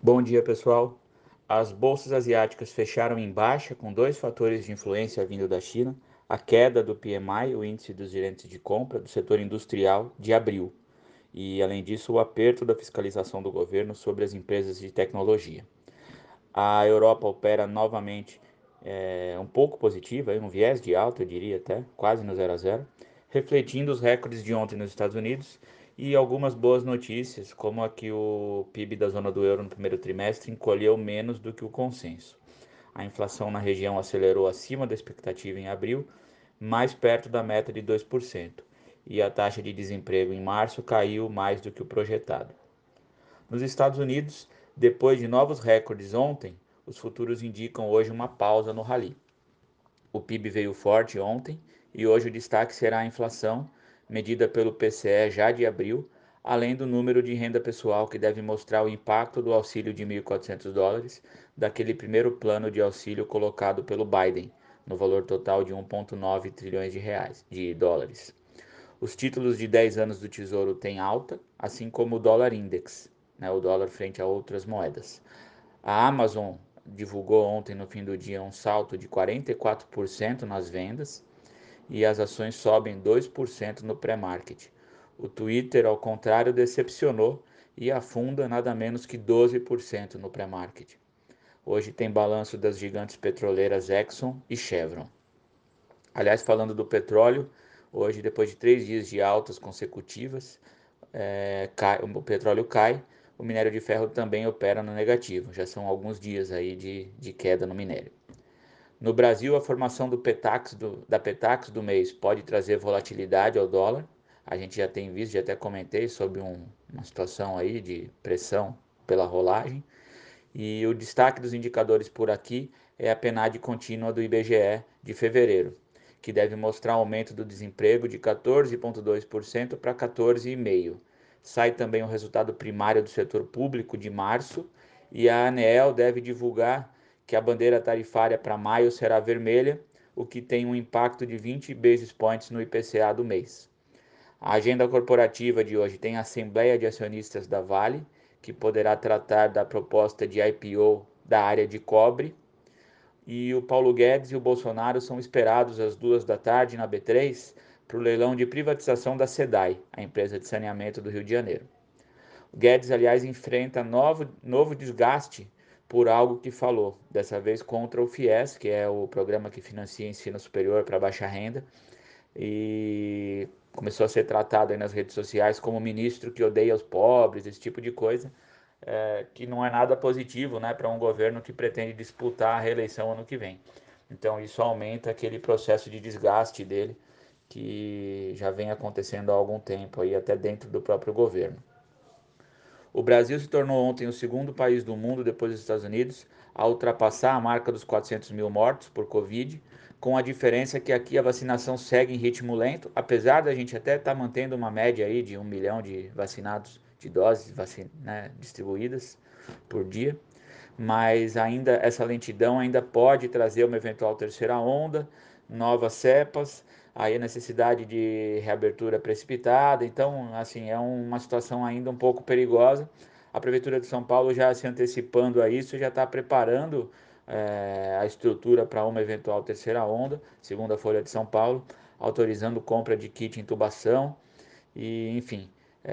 Bom dia, pessoal. As bolsas asiáticas fecharam em baixa, com dois fatores de influência vindo da China: a queda do PMI, o índice dos gerentes de compra do setor industrial, de abril, e, além disso, o aperto da fiscalização do governo sobre as empresas de tecnologia. A Europa opera novamente um pouco positiva, um viés de alta, eu diria até, quase no 0 a 0, refletindo os recordes de ontem nos Estados Unidos e algumas boas notícias, como a que o PIB da zona do euro no primeiro trimestre encolheu menos do que o consenso. A inflação na região acelerou acima da expectativa em abril, mais perto da meta de 2%, e a taxa de desemprego em março caiu mais do que o projetado. Nos Estados Unidos, depois de novos recordes ontem, os futuros indicam hoje uma pausa no rally. O PIB veio forte ontem e hoje o destaque será a inflação, medida pelo PCE já de abril, além do número de renda pessoal que deve mostrar o impacto do auxílio de US$ 1.400, daquele primeiro plano de auxílio colocado pelo Biden, no valor total de 1,9 trilhões de dólares. Os títulos de 10 anos do Tesouro têm alta, assim como o dólar index, né, o dólar frente a outras moedas. A Amazon divulgou ontem, no fim do dia, um salto de 44% nas vendas e as ações sobem 2% no pré-market. O Twitter, ao contrário, decepcionou e afunda nada menos que 12% no pré-market. Hoje tem balanço das gigantes petroleiras Exxon e Chevron. Aliás, falando do petróleo, hoje, depois de 3 dias de altas consecutivas, o petróleo cai, o minério de ferro também opera no negativo. Já são alguns dias aí de queda no minério. No Brasil, a formação da Petax do mês pode trazer volatilidade ao dólar. A gente já tem visto, já até comentei sobre uma situação aí de pressão pela rolagem. E o destaque dos indicadores por aqui é a PNAD contínua do IBGE de fevereiro, que deve mostrar aumento do desemprego de 14,2% para 14,5%. Sai também o resultado primário do setor público de março e a ANEEL deve divulgar que a bandeira tarifária para maio será vermelha, o que tem um impacto de 20 basis points no IPCA do mês. A agenda corporativa de hoje tem a Assembleia de Acionistas da Vale, que poderá tratar da proposta de IPO da área de cobre. E o Paulo Guedes e o Bolsonaro são esperados às 2 da tarde na B3 para o leilão de privatização da SEDAI, a empresa de saneamento do Rio de Janeiro. O Guedes, aliás, enfrenta novo desgaste por algo que falou, dessa vez contra o FIES, que é o programa que financia ensino superior para baixa renda, e começou a ser tratado aí nas redes sociais como ministro que odeia os pobres, esse tipo de coisa, que não é nada positivo, né, para um governo que pretende disputar a reeleição ano que vem. Então isso aumenta aquele processo de desgaste dele que já vem acontecendo há algum tempo aí, até dentro do próprio governo. O Brasil se tornou ontem o segundo país do mundo, depois dos Estados Unidos, a ultrapassar a marca dos 400 mil mortos por Covid, com a diferença que aqui a vacinação segue em ritmo lento, apesar da gente até estar mantendo uma média aí de 1 milhão de vacinados, de doses distribuídas por dia, mas ainda essa lentidão ainda pode trazer uma eventual terceira onda, novas cepas, aí a necessidade de reabertura precipitada. Então, assim, é uma situação ainda um pouco perigosa. A Prefeitura de São Paulo já se antecipando a isso, já está preparando a estrutura para uma eventual terceira onda, segundo a Folha de São Paulo, autorizando compra de kit intubação e, enfim,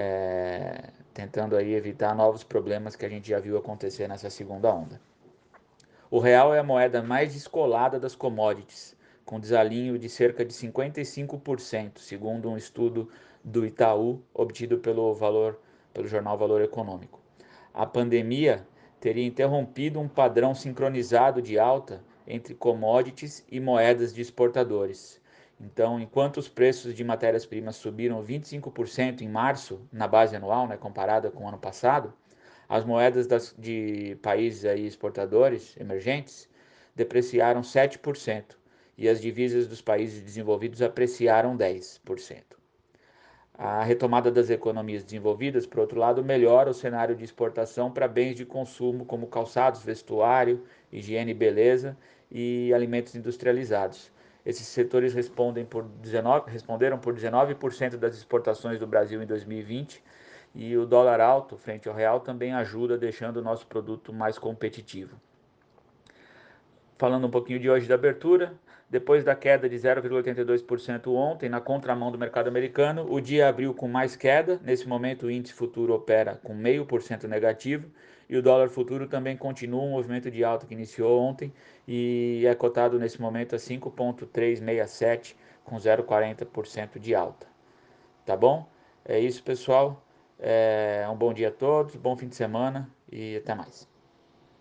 tentando aí evitar novos problemas que a gente já viu acontecer nessa segunda onda. O real é a moeda mais descolada das commodities, com desalinho de cerca de 55%, segundo um estudo do Itaú obtido pelo jornal Valor Econômico. A pandemia teria interrompido um padrão sincronizado de alta entre commodities e moedas de exportadores. Então, enquanto os preços de matérias-primas subiram 25% em março, na base anual, né, comparada com o ano passado, as moedas de países aí exportadores emergentes depreciaram 7% e as divisas dos países desenvolvidos apreciaram 10%. A retomada das economias desenvolvidas, por outro lado, melhora o cenário de exportação para bens de consumo como calçados, vestuário, higiene e beleza e alimentos industrializados. Esses setores responderam por 19% das exportações do Brasil em 2020 e o dólar alto frente ao real também ajuda, deixando o nosso produto mais competitivo. Falando um pouquinho de hoje da abertura, depois da queda de 0,82% ontem, na contramão do mercado americano, o dia abriu com mais queda. Nesse momento, o índice futuro opera com 0,5% negativo e o dólar futuro também continua um movimento de alta que iniciou ontem e é cotado nesse momento a 5,367, com 0,40% de alta. Tá bom? É isso, pessoal. Um bom dia a todos, bom fim de semana e até mais.